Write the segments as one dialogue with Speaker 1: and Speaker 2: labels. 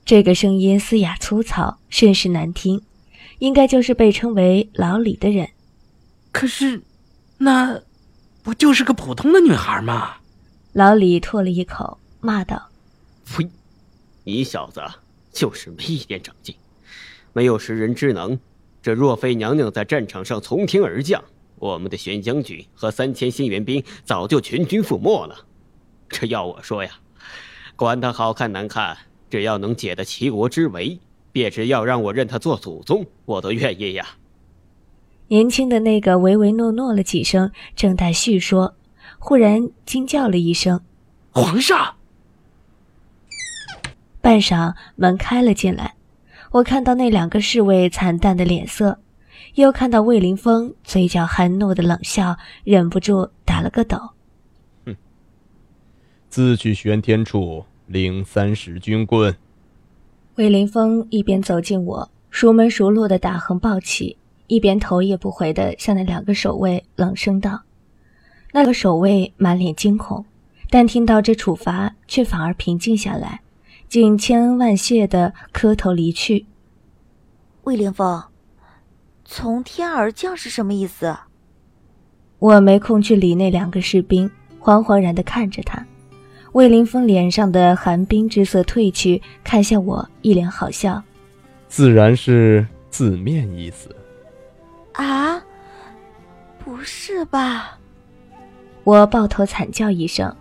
Speaker 1: 这个声音嘶哑粗糙，甚是难听，应该就是被称为老李的人。
Speaker 2: 可是，那不就是个普通的女孩吗？
Speaker 1: 老李唾了一口，骂道：
Speaker 3: 呸！你小子就是没一点长进，没有识人之能。这若非娘娘在战场上从天而降，我们的玄将军和3000新援兵早就全军覆没了。这要我说呀，管他好看难看，只要能解得齐国之围，便是要让我认他做祖宗，我都愿意呀。
Speaker 1: 年轻的那个唯唯诺诺了几声，正待续说，忽然惊叫了一声：
Speaker 2: 皇上！
Speaker 1: 半晌，门开了进来，我看到那2个侍卫惨淡的脸色，又看到魏凌风嘴角含怒的冷笑，忍不住打了个抖。
Speaker 4: 自去玄天处领30军棍。
Speaker 1: 魏凌风一边走近我，熟门熟路的大横抱起，一边头也不回地向那2个守卫冷声道。那个守卫满脸惊恐，但听到这处罚却反而平静下来，竟千恩万谢地磕头离去。
Speaker 5: 魏凌风，从天而降是什么意思？
Speaker 1: 我没空去理那2个士兵，惶惶然地看着他。魏凌风脸上的寒冰之色褪去，看向我，一脸好笑。
Speaker 4: 自然是字面意思。
Speaker 5: 啊？不是吧？
Speaker 1: 我抱头惨叫一声。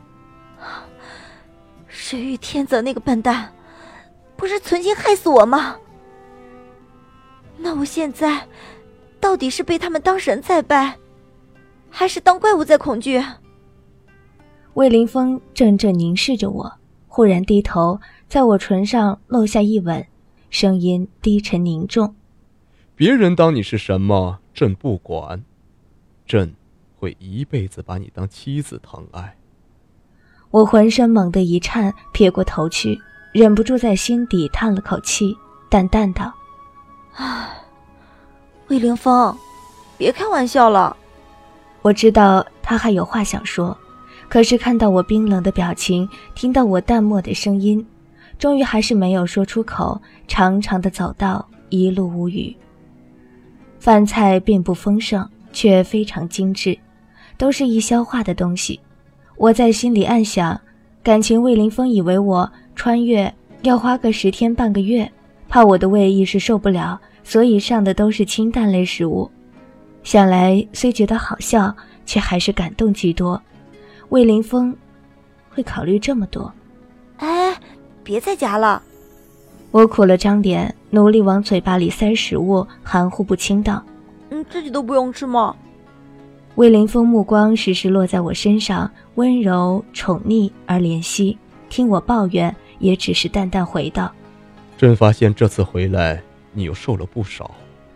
Speaker 5: 水玉天泽那个笨蛋，不是存心害死我吗？那我现在到底是被他们当神在拜，还是当怪物在恐惧？
Speaker 1: 魏凌风怔怔凝视着我，忽然低头，在我唇上落下一吻，声音低沉凝重：
Speaker 4: 别人当你是什么，朕不管，朕会一辈子把你当妻子疼爱。
Speaker 1: 我浑身猛地一颤，撇过头去，忍不住在心底叹了口气，淡淡道：
Speaker 5: 唉，魏凌风，别开玩笑了。
Speaker 1: 我知道他还有话想说，可是看到我冰冷的表情，听到我淡漠的声音，终于还是没有说出口，长长的走道，一路无语。饭菜并不丰盛，却非常精致，都是易消化的东西。我在心里暗想，感情魏凌风以为我穿越要花个10天半个月，怕我的胃一时受不了，所以上的都是清淡类食物。想来虽觉得好笑，却还是感动居多。魏凌风会考虑这么多。
Speaker 5: 哎，别再夹了。
Speaker 1: 我苦了张脸，努力往嘴巴里塞食物，含糊不清道：
Speaker 5: 自己都不用吃吗？
Speaker 1: 魏凌风目光时时落在我身上，温柔宠溺而怜惜，听我抱怨，也只是淡淡回道：
Speaker 4: 朕发现这次回来你又瘦了不少。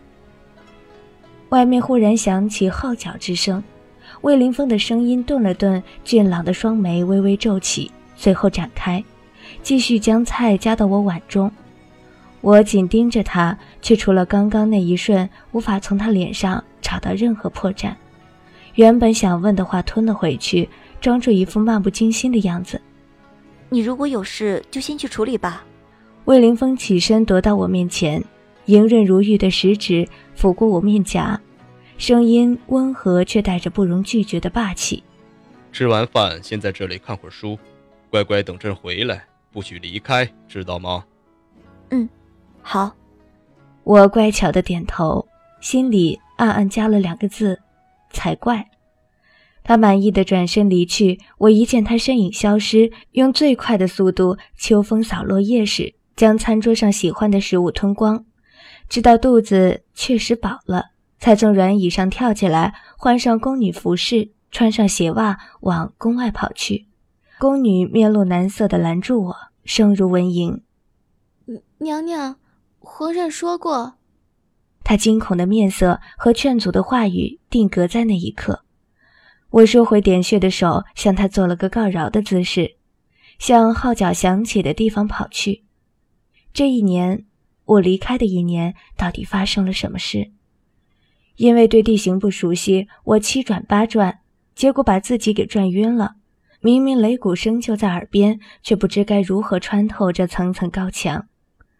Speaker 1: 外面忽然响起号角之声，魏凌风的声音顿了顿，俊朗的双眉微微皱起，随后展开，继续将菜夹到我碗中。我紧盯着他，却除了刚刚那一瞬，无法从他脸上找到任何破绽。原本想问的话吞了回去，装出一副漫不经心的样子。
Speaker 5: 你如果有事就先去处理吧。
Speaker 1: 魏凌风起身踱到我面前，莹润如玉的食指抚过我面颊，声音温和却带着不容拒绝的霸气。
Speaker 4: 吃完饭先在这里看会儿书，乖乖等朕回来，不许离开，知道吗？
Speaker 5: 好。
Speaker 1: 我乖巧的点头，心里暗暗加了2个字：才怪。他满意的转身离去，我一见他身影消失，用最快的速度秋风扫落叶时，将餐桌上喜欢的食物吞光，直到肚子确实饱了，才从软椅上跳起来，换上宫女服饰，穿上鞋袜，往宫外跑去。宫女面露难色地拦住我，声如蚊蝇：
Speaker 6: 娘娘，皇上说过。
Speaker 1: 她惊恐的面色和劝阻的话语定格在那一刻。我收回点穴的手，向她做了个告饶的姿势，向号角响起的地方跑去。这一年，我离开的一年，到底发生了什么事？因为对地形不熟悉，我7转8转，结果把自己给转晕了。明明擂鼓声就在耳边，却不知该如何穿透这层层高墙。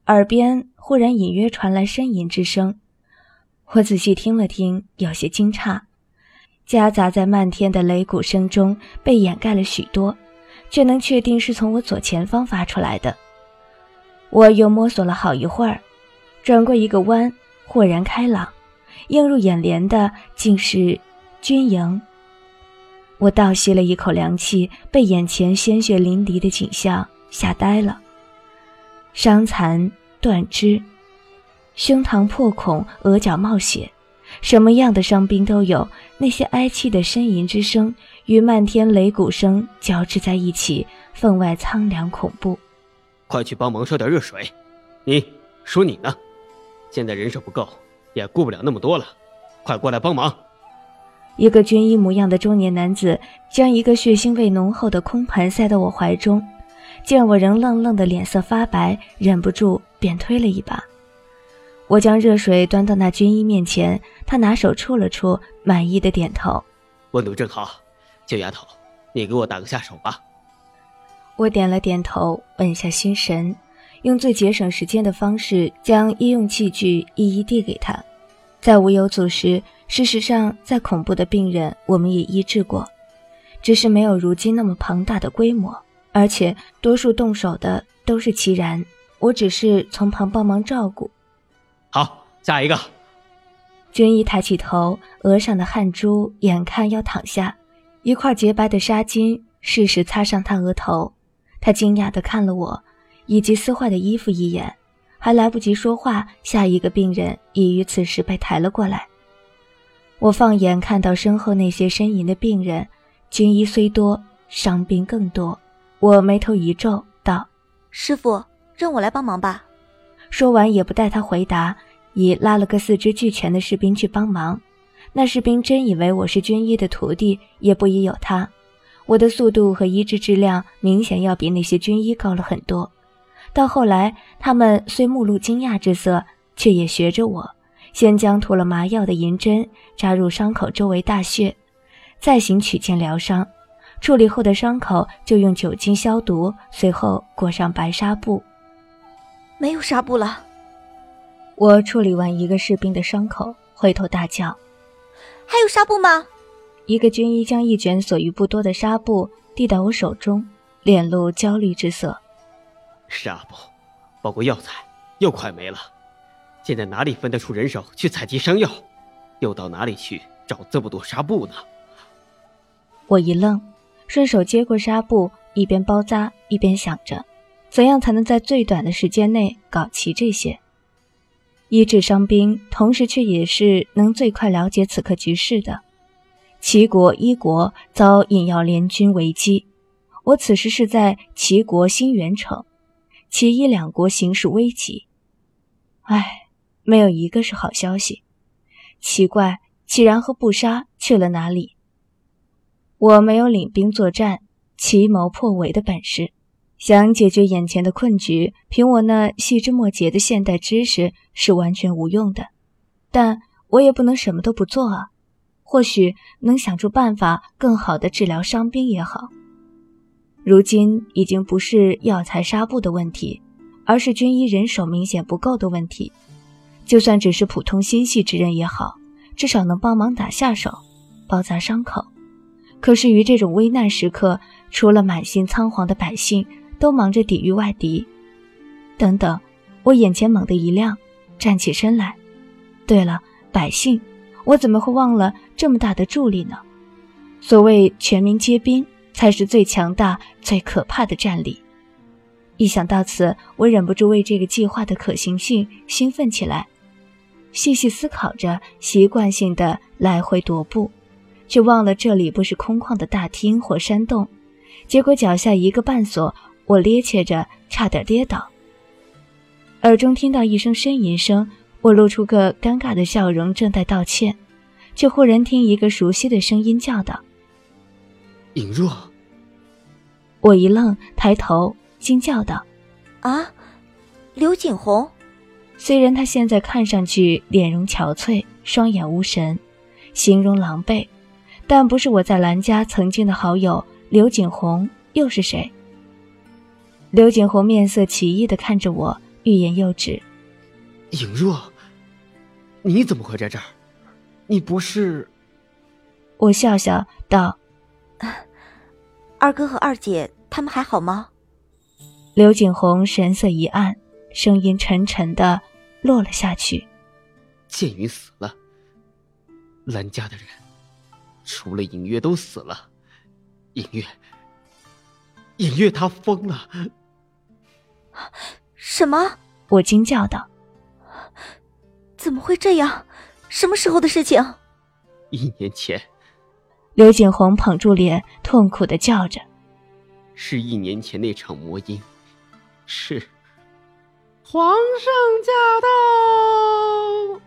Speaker 1: 耳边忽然隐约传来呻吟之声。我仔细听了听，有些惊诧，夹杂在漫天的擂鼓声中被掩盖了许多，却能确定是从我左前方发出来的。我又摸索了好一会儿，转过一个弯，豁然开朗，映入眼帘的竟是军营。我倒吸了一口凉气，被眼前鲜血淋漓的景象吓呆了。伤残、断肢、胸膛破孔、额角冒血，什么样的伤兵都有。那些哀戚的呻吟之声与漫天擂鼓声交织在一起，分外苍凉恐怖。
Speaker 3: 快去帮忙烧点热水。说你呢？现在人手不够，也顾不了那么多了，快过来帮忙。
Speaker 1: 一个军医模样的中年男子将一个血腥味浓厚的空盘塞到我怀中，见我仍愣愣的脸色发白，忍不住便推了一把。我将热水端到那军医面前，他拿手触了触，满意的点头。
Speaker 3: 温度正好，九丫头，你给我打个下手吧。
Speaker 1: 我点了点头，稳下心神，用最节省时间的方式将医用器具一一递给他。在无有组时，事实上再恐怖的病人我们也医治过，只是没有如今那么庞大的规模，而且多数动手的都是齐然，我只是从旁帮忙照顾。
Speaker 3: 好，下一个。
Speaker 1: 军医抬起头，额上的汗珠眼看要淌下，一块洁白的纱巾适时擦上他额头。他惊讶地看了我以及撕坏的衣服一眼，还来不及说话，下一个病人已于此时被抬了过来。我放眼看到身后那些呻吟的病人，军医虽多，伤兵更多。我眉头一皱，道：
Speaker 5: 师傅，让我来帮忙吧。
Speaker 1: 说完也不待他回答，已拉了个四肢俱全的士兵去帮忙。那士兵真以为我是军医的徒弟，也不疑有他。我的速度和医治质量明显要比那些军医高了很多。到后来，他们虽目露惊讶之色，却也学着我，先将涂了麻药的银针扎入伤口周围大穴，再行曲剑疗伤。处理后的伤口就用酒精消毒，随后裹上白纱布。
Speaker 5: 没有纱布了。
Speaker 1: 我处理完一个士兵的伤口，回头大叫：
Speaker 5: 还有纱布吗？
Speaker 1: 一个军医将一卷所余不多的纱布递到我手中，脸露焦虑之色。
Speaker 3: 纱布包括药材又快没了，现在哪里分得出人手去采集伤药，又到哪里去找这么多纱布呢？
Speaker 1: 我一愣，顺手接过纱布，一边包扎一边想着怎样才能在最短的时间内搞齐这些。医治伤兵，同时却也是能最快了解此刻局势的。齐国、伊国遭引药联军围击，我此时是在齐国新源城，齐伊两国形势危急。没有一个是好消息。奇怪，齐然和布莎去了哪里？我没有领兵作战、奇谋破围的本事，想解决眼前的困局，凭我那细枝末节的现代知识是完全无用的。但我也不能什么都不做啊，或许能想出办法更好地治疗伤兵也好。如今已经不是药材纱布的问题，而是军医人手明显不够的问题。就算只是普通心系之人也好，至少能帮忙打下手，包扎伤口。可是于这种危难时刻，除了满心仓皇的百姓，都忙着抵御外敌。等等，我眼前猛地一亮，站起身来。对了，百姓，我怎么会忘了这么大的助力呢？所谓全民皆兵，才是最强大、最可怕的战力。一想到此，我忍不住为这个计划的可行性兴奋起来。细细思考着，习惯性的来回踱步，却忘了这里不是空旷的大厅或山洞。结果脚下一个绊索，我趔趄着差点跌倒。耳中听到一声呻吟声，我露出个尴尬的笑容，正待道歉，却忽然听一个熟悉的声音叫道：
Speaker 3: 尹若。
Speaker 1: 我一愣，抬头惊叫道：
Speaker 5: 啊，刘景洪。
Speaker 1: 虽然他现在看上去脸容憔悴，双眼无神，形容狼狈，但不是我在兰家曾经的好友刘景洪又是谁？刘景洪面色奇异地看着我， 欲言又止。
Speaker 3: 尹若，你怎么会在这儿？你不是……
Speaker 1: 我笑笑道：“
Speaker 5: 二哥和二姐他们还好吗？”
Speaker 1: 刘景洪神色一暗，声音沉沉地落了下去：“
Speaker 3: 剑云死了，兰家的人除了尹月都死了。尹月他疯了。”
Speaker 5: 什么？
Speaker 1: 我惊叫道：“
Speaker 5: 怎么会这样？什么时候的事情
Speaker 3: ？1年前。”
Speaker 1: 刘景洪捧住脸，痛苦地叫着：“
Speaker 3: 是1年前那场魔音，是
Speaker 2: 皇上驾到！”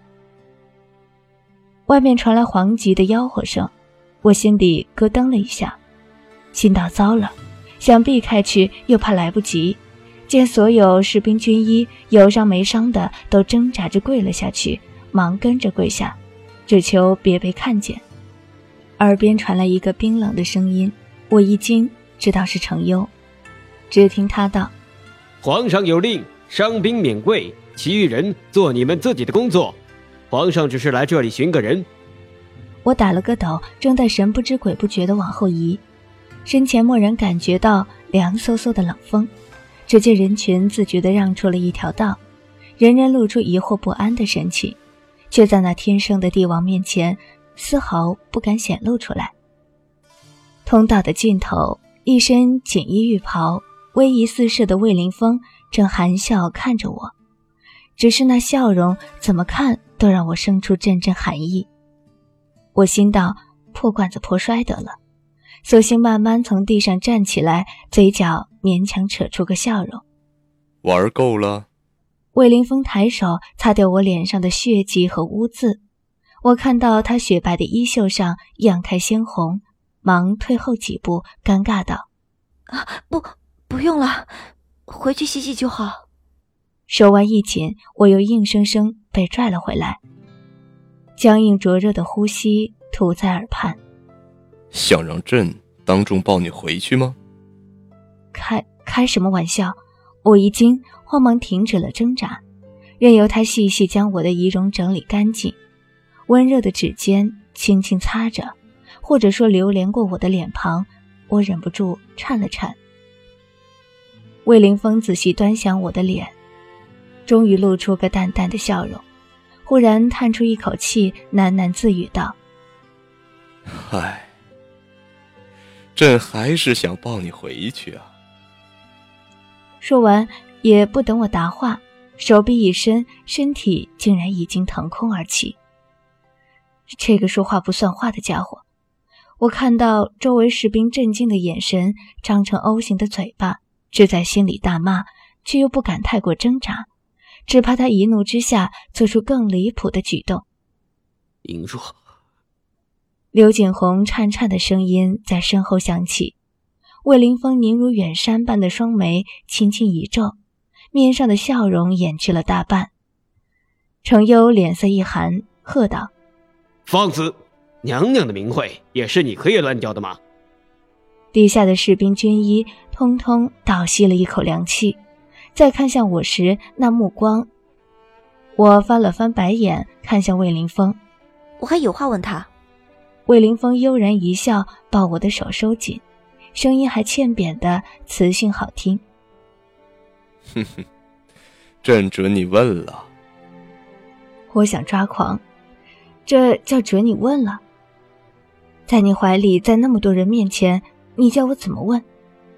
Speaker 1: 外面传来黄吉的吆喝声，我心里咯噔了一下，心道糟了，想避开去又怕来不及。见所有士兵军医有伤没伤的都挣扎着跪了下去，忙跟着跪下，只求别被看见。耳边传来一个冰冷的声音，我一惊，知道是程优。只听他道：“
Speaker 3: 皇上有令，伤兵免跪，其余人做你们自己的工作。皇上只是来这里寻个人。”
Speaker 1: 我打了个抖，正在神不知鬼不觉地往后移，身前蓦然感觉到凉飕飕的冷风。只见人群自觉地让出了一条道，人人露出疑惑不安的神情，却在那天生的帝王面前丝毫不敢显露出来。通道的尽头，一身锦衣玉袍、威仪四射的魏凌风正含笑看着我，只是那笑容怎么看都让我生出阵阵寒意。我心道破罐子破摔得了，索性慢慢从地上站起来，嘴角勉强扯出个笑容。
Speaker 4: 玩够了？
Speaker 1: 魏凌风抬手擦掉我脸上的血迹和污渍，我看到他雪白的衣袖上漾开鲜红，忙退后几步，尴尬道：“
Speaker 5: 不用了，回去洗洗就好。”
Speaker 1: 手腕一紧，我又硬生生被拽了回来，僵硬灼热的呼吸吐在耳畔。
Speaker 4: 想让朕当众抱你回去吗？
Speaker 1: 开什么玩笑！我一惊，慌忙停止了挣扎，任由他细细将我的仪容整理干净，温热的指尖轻轻擦着，或者说流连过我的脸庞。我忍不住颤了颤。魏凌风仔细端详我的脸，终于露出个淡淡的笑容，忽然叹出一口气，喃喃自语道：“
Speaker 4: 唉，朕还是想抱你回去啊。”
Speaker 1: 说完也不等我答话，手臂一伸，身体竟然已经腾空而起。这个说话不算话的家伙！我看到周围士兵震惊的眼神，张成 O 型的嘴巴，只在心里大骂，却又不敢太过挣扎，只怕他一怒之下做出更离谱的举动。
Speaker 3: 尹若，
Speaker 1: 刘景洪颤颤的声音在身后响起，魏凌风凝如远山般的双眉轻轻一皱，面上的笑容掩去了大半。程优脸色一寒，喝道：“
Speaker 3: 放肆！娘娘的名讳也是你可以乱叫的吗？”
Speaker 1: 地下的士兵军医通通倒吸了一口凉气，再看向我时那目光，我翻了翻白眼，看向魏凌风：“
Speaker 5: 我还有话问他。”
Speaker 1: 魏凌风悠然一笑，抱我的手收紧，声音还欠扁的磁性好听：“
Speaker 4: 哼哼，朕准你问了。”
Speaker 1: 我想抓狂，这叫准你问了？在你怀里，在那么多人面前，你叫我怎么问？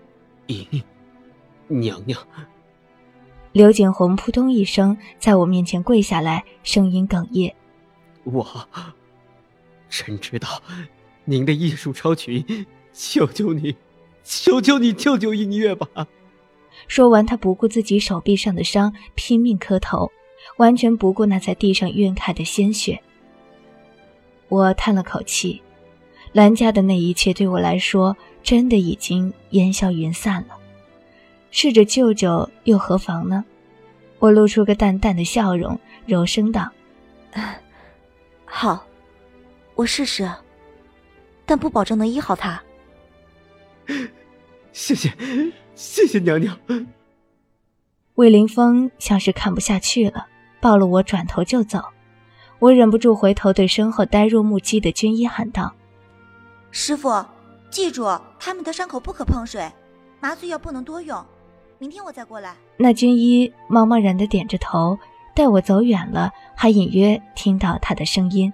Speaker 3: 娘娘。
Speaker 1: 刘景洪扑通一声在我面前跪下来，声音哽咽：“
Speaker 3: 臣知道您的艺术超群，求求你救救音乐吧。”
Speaker 1: 说完，他不顾自己手臂上的伤，拼命磕头，完全不顾那在地上晕开的鲜血。我叹了口气，兰家的那一切对我来说真的已经烟消云散了，试着救救又何妨呢？我露出个淡淡的笑容，柔声道：“
Speaker 5: 好，我试试，但不保证能医好他。”
Speaker 3: 谢谢娘娘。
Speaker 1: 魏凌风像是看不下去了，抱了我转头就走。我忍不住回头对身后呆若木鸡的军医喊道：
Speaker 5: 师傅，记住，他们的伤口不可碰水，麻醉药不能多用，明天我再过来。
Speaker 1: 那军医茫茫然地点着头，待我走远了，还隐约听到他的声音：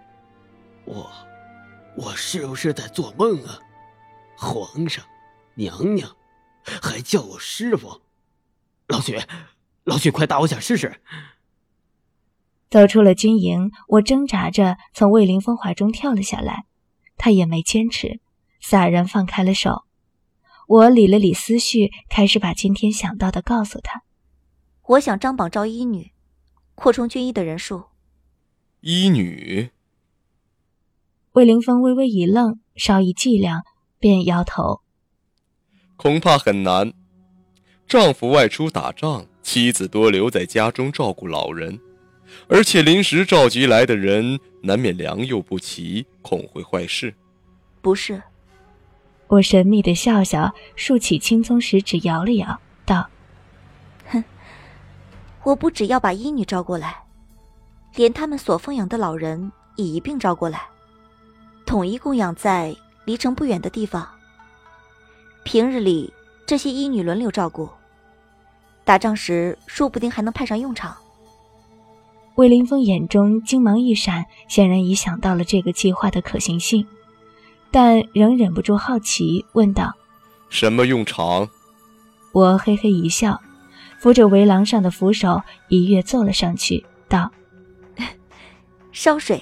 Speaker 3: 我是不是在做梦啊？皇上，娘娘，还叫我师傅。老许，快打我下试试。
Speaker 1: 走出了军营，我挣扎着从魏凌风怀中跳了下来，他也没坚持，洒然放开了手。我理了理思绪，开始把今天想到的告诉他。
Speaker 5: 我想张榜招医女，扩充军医的人数。
Speaker 4: 医女？
Speaker 1: 魏凌风微微一愣，稍一计量，便摇头：
Speaker 4: 恐怕很难。丈夫外出打仗，妻子多留在家中照顾老人，而且临时召集来的人难免良莠不齐，恐会坏事。
Speaker 5: 不是。
Speaker 1: 我神秘地笑笑，竖起青葱食指摇了摇，道：
Speaker 5: 哼，我不只要把医女招过来，连他们所奉养的老人也一并招过来，统一供养在离城不远的地方。平日里这些医女轮流照顾，打仗时说不定还能派上用场。
Speaker 1: 魏凌风眼中金芒一闪，显然已想到了这个计划的可行性，但仍忍不住好奇，问道：
Speaker 4: 什么用场？
Speaker 1: 我嘿嘿一笑，扶着围廊上的扶手一跃坐了上去，道：
Speaker 5: 烧水。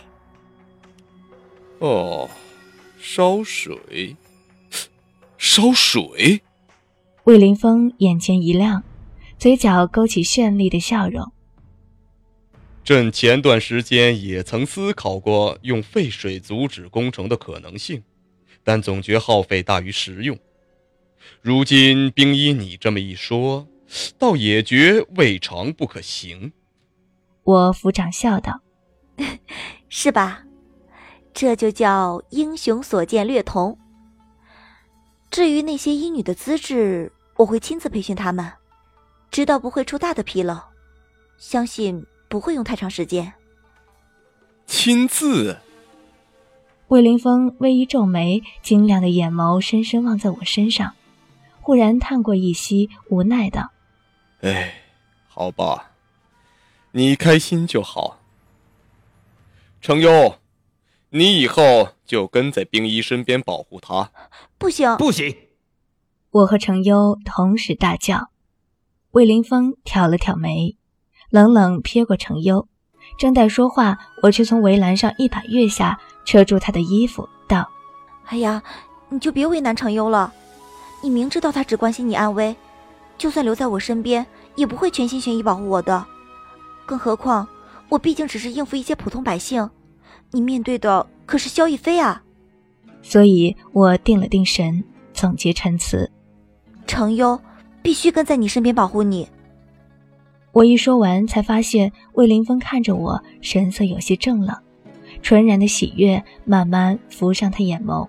Speaker 4: 哦，烧水。烧水？
Speaker 1: 魏凌风眼前一亮，嘴角勾起绚丽的笑容。
Speaker 4: 朕前段时间也曾思考过用废水阻止攻城的可能性，但总觉耗费大于实用。如今冰依你这么一说，倒也觉未尝不可行。
Speaker 1: 我抚掌笑道：
Speaker 5: 是吧？这就叫英雄所见略同。至于那些医女的资质，我会亲自培训他们，直到不会出大的纰漏，相信不会用太长时间。
Speaker 4: 亲自？
Speaker 1: 魏凌风微一皱眉，晶亮的眼眸深深望在我身上，忽然叹过一息，无奈道：
Speaker 4: 哎，好吧，你开心就好。程优，你以后就跟在冰衣身边保护她。
Speaker 5: 不行，
Speaker 3: 不行！
Speaker 1: 我和程优同时大叫。魏凌风挑了挑眉，冷冷瞥过程优，正待说话，我却从围栏上一把跃下，扯住他的衣服，道：
Speaker 5: 哎呀，你就别为难程优了，你明知道他只关心你安危，就算留在我身边，也不会全心全意保护我的。更何况，我毕竟只是应付一些普通百姓，你面对的可是萧逸飞啊。
Speaker 1: 所以我定了定神，总结陈词：
Speaker 5: 程优必须跟在你身边保护你。
Speaker 1: 我一说完，才发现魏凌风看着我，神色有些怔了，纯然的喜悦慢慢浮上他眼眸。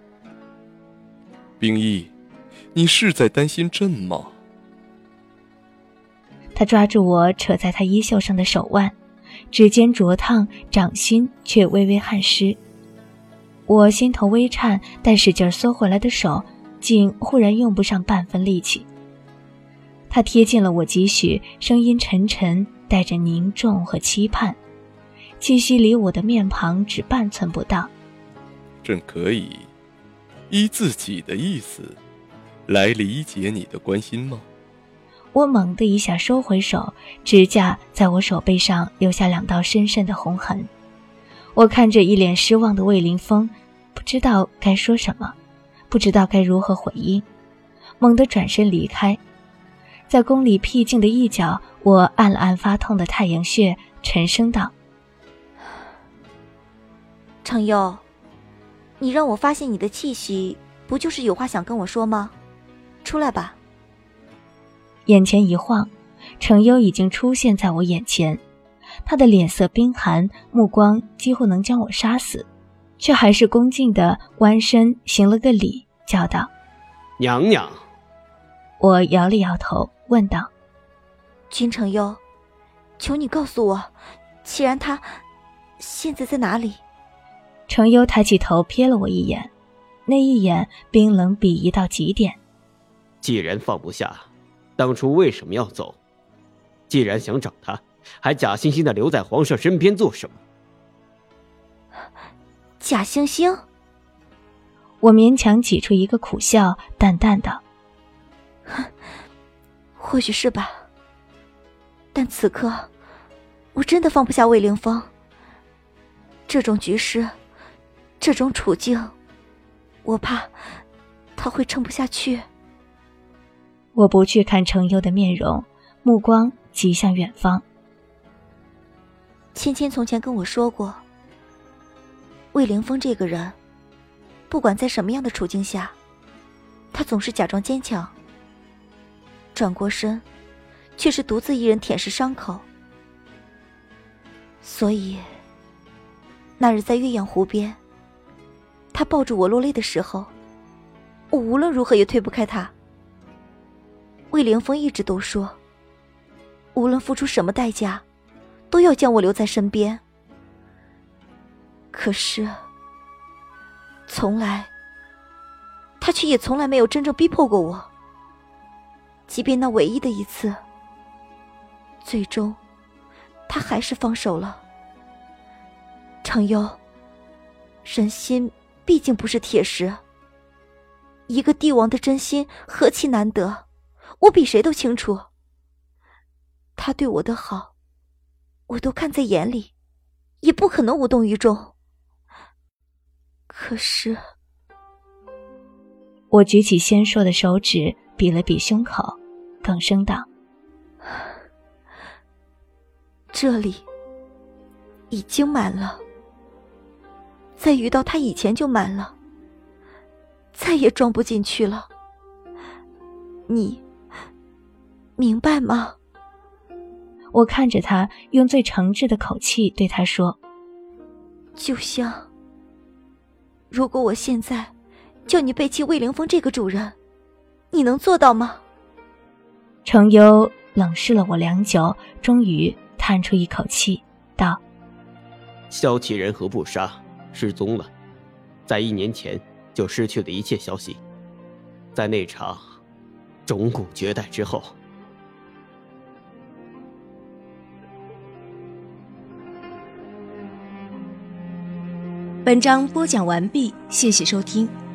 Speaker 4: 冰衣，你是在担心朕吗？
Speaker 1: 他抓住我扯在他衣袖上的手腕，指尖灼烫，掌心却微微汗湿。我心头微颤，但使劲缩回来的手竟忽然用不上半分力气。他贴近了我几许，声音沉沉，带着凝重和期盼，气息离我的面庞只半寸不到。
Speaker 4: 朕可以依自己的意思来理解你的关心吗？
Speaker 1: 我猛地一下收回手，指甲在我手背上留下2道深深的红痕。我看着一脸失望的魏凌风，不知道该说什么，不知道该如何回应，猛地转身离开。在宫里僻静的一角，我按了按发痛的太阳穴，沉声道：
Speaker 5: 程优，你让我发现你的气息，不就是有话想跟我说吗？出来吧。
Speaker 1: 眼前一晃，程优已经出现在我眼前，他的脸色冰寒，目光几乎能将我杀死，却还是恭敬地弯身行了个礼，叫道：
Speaker 3: 娘娘。
Speaker 1: 我摇了摇头，问道：
Speaker 5: 君承佑，求你告诉我，齐然他现在在哪里？
Speaker 1: 程优抬起头瞥了我一眼，那一眼冰冷鄙夷到极点。
Speaker 3: 既然放不下，当初为什么要走？既然想找他，还假惺惺的留在皇上身边做什么？
Speaker 5: 假惺惺？
Speaker 1: 我勉强挤出一个苦笑，淡淡的：
Speaker 5: 或许是吧，但此刻我真的放不下魏凌风。这种局势，这种处境，我怕他会撑不下去。
Speaker 1: 我不去看程优的面容，目光疾向远方。
Speaker 5: 芊芊从前跟我说过，魏凌风这个人，不管在什么样的处境下，他总是假装坚强，转过身却是独自一人舔舐伤口。所以那日在岳阳湖边，他抱住我落泪的时候，我无论如何也推不开他。魏凌风一直都说，无论付出什么代价，都要将我留在身边。可是他却也从来没有真正逼迫过我。即便那唯一的一次，最终他还是放手了。程优，人心毕竟不是铁石，一个帝王的真心何其难得，我比谁都清楚。他对我的好，我都看在眼里，也不可能无动于衷。可是，
Speaker 1: 我举起纤硕的手指，比了比胸口，哽声道：
Speaker 5: 这里已经满了，在遇到他以前就满了，再也装不进去了。你明白吗？
Speaker 1: 我看着他，用最诚挚的口气对他说：
Speaker 5: 就像，如果我现在叫你背弃魏凌风这个主人，你能做到吗？
Speaker 1: 程优冷视了我良久，终于叹出一口气，道：
Speaker 3: 萧齐人和不杀失踪了，在1年前就失去了一切消息。在那场钟鼓绝代之后。
Speaker 7: 本章播讲完毕，谢谢收听。